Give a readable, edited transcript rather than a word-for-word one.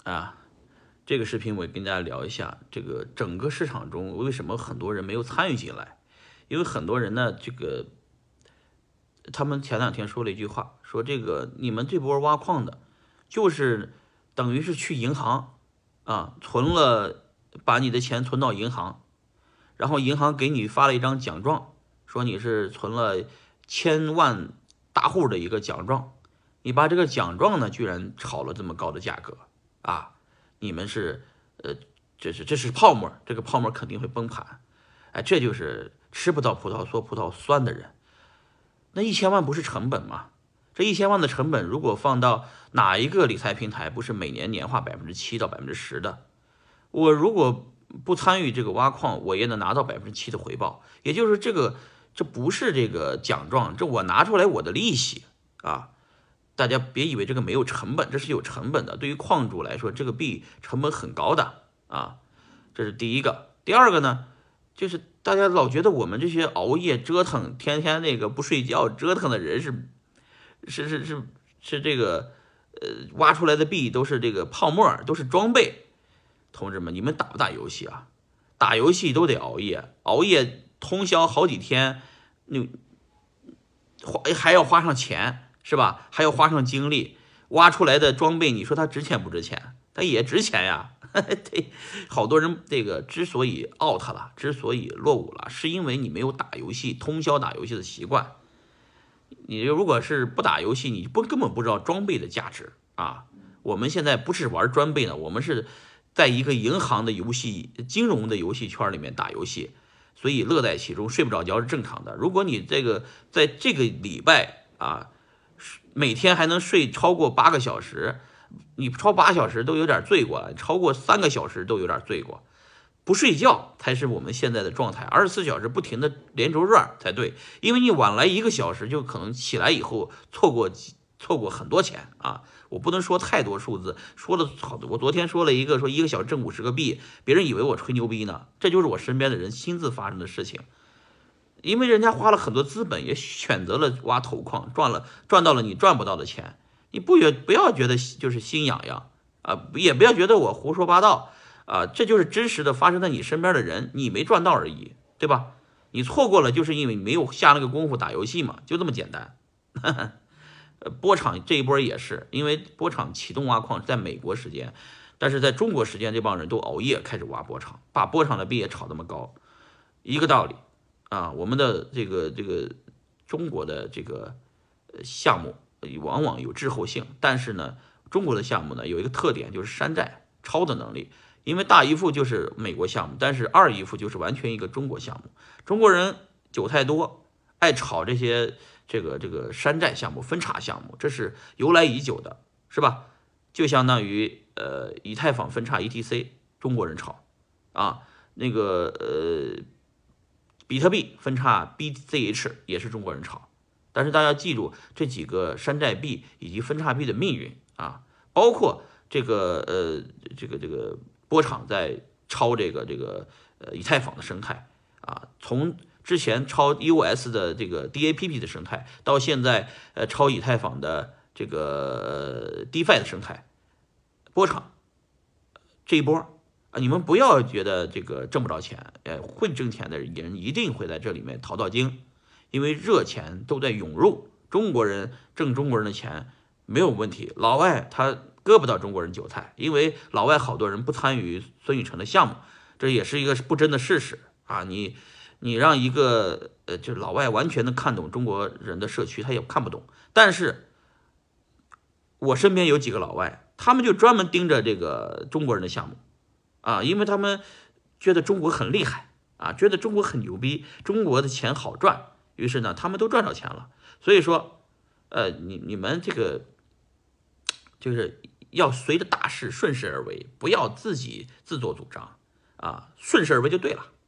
啊。这个视频我跟大家聊一下，这个整个市场中为什么很多人没有参与进来？因为很多人呢，他们前两天说了一句话，说这个你们这波挖矿的，就是等于是去银行啊存了，把你的钱存到银行，然后银行给你发了一张奖状，说你是存了千万大户的一个奖状，你把这个奖状呢居然炒了这么高的价格啊！你们是这是泡沫，这个泡沫肯定会崩盘。哎，这就是吃不到葡萄说葡萄酸的人。那1000万不是成本吗？这1000万的成本，如果放到哪一个理财平台，不是每年年化7%到10%的？我如果不参与这个挖矿，我也能拿到7%的回报。也就是这不是这个奖状，这我拿出来我的利息啊。大家别以为这个没有成本，这是有成本的。对于矿主来说，这个币成本很高的啊。这是第一个。第二个呢，就是大家老觉得我们这些熬夜折腾、天天那个不睡觉折腾的人是这个挖出来的币都是这个泡沫，都是装备。同志们，你们打不打游戏啊？打游戏都得熬夜，熬夜通宵好几天，你还要花上钱，是吧？还要花上精力，挖出来的装备，你说它值钱不值钱？它也值钱呀。对，好多人这个之所以 out 了，之所以落伍了，是因为你没有打游戏、通宵打游戏的习惯。你如果是不打游戏，你根本不知道装备的价值啊。我们现在不是玩装备呢，我们是在一个银行的游戏、金融的游戏圈里面打游戏，所以乐在其中，睡不着觉是正常的。如果你在这个礼拜啊，每天还能睡超过8个小时，你超8小时都有点罪过了，超过3个小时都有点罪过。不睡觉才是我们现在的状态，24小时不停的连轴转才对。因为你晚来1个小时，就可能起来以后错过很多钱啊！我不能说太多数字，说了好多。我昨天说了一个，说1个小时挣50个币，别人以为我吹牛逼呢，这就是我身边的人亲自发生的事情。因为人家花了很多资本，也选择了挖头矿，赚到了你赚不到的钱，你不要觉得就是心痒痒啊，也不要觉得我胡说八道啊，这就是真实的发生在你身边的人，你没赚到而已，对吧？你错过了，就是因为你没有下那个功夫打游戏嘛，就这么简单。波场这一波也是，因为波场启动挖矿是在美国时间，但是在中国时间，这帮人都熬夜开始挖波场，把波场的币也炒这么高，一个道理。啊，我们的这个中国的这个项目往往有滞后性，但是呢，中国的项目呢有一个特点，就是山寨抄的能力。因为大姨夫就是美国项目，但是二姨夫就是完全一个中国项目。中国人韭菜多，爱炒这些这个山寨项目、分叉项目，这是由来已久的，是吧？就相当于以太坊分叉 ETC，中国人炒啊，那个比特币分叉 BZH 也是中国人炒，但是大家记住这几个山寨币以及分叉币的命运啊，包括这个波场在抄这个以太坊的生态啊，从之前抄 EOS 的这个 DAPP 的生态，到现在抄以太坊的这个DeFi 的生态，波场这一波啊，你们不要觉得这个挣不着钱，会挣钱的人一定会在这里面淘到精，因为热钱都在涌入，中国人挣中国人的钱没有问题，老外他割不到中国人韭菜，因为老外好多人不参与孙宇晨的项目，这也是一个不争的事实啊。你让一个就是老外完全能看懂中国人的社区，他也看不懂。但是我身边有几个老外，他们就专门盯着这个中国人的项目。啊，因为他们觉得中国很厉害啊，觉得中国很牛逼，中国的钱好赚，于是呢，他们都赚着钱了。所以说，你们这个就是要随着大势顺势而为，不要自己自作主张啊，顺势而为就对了。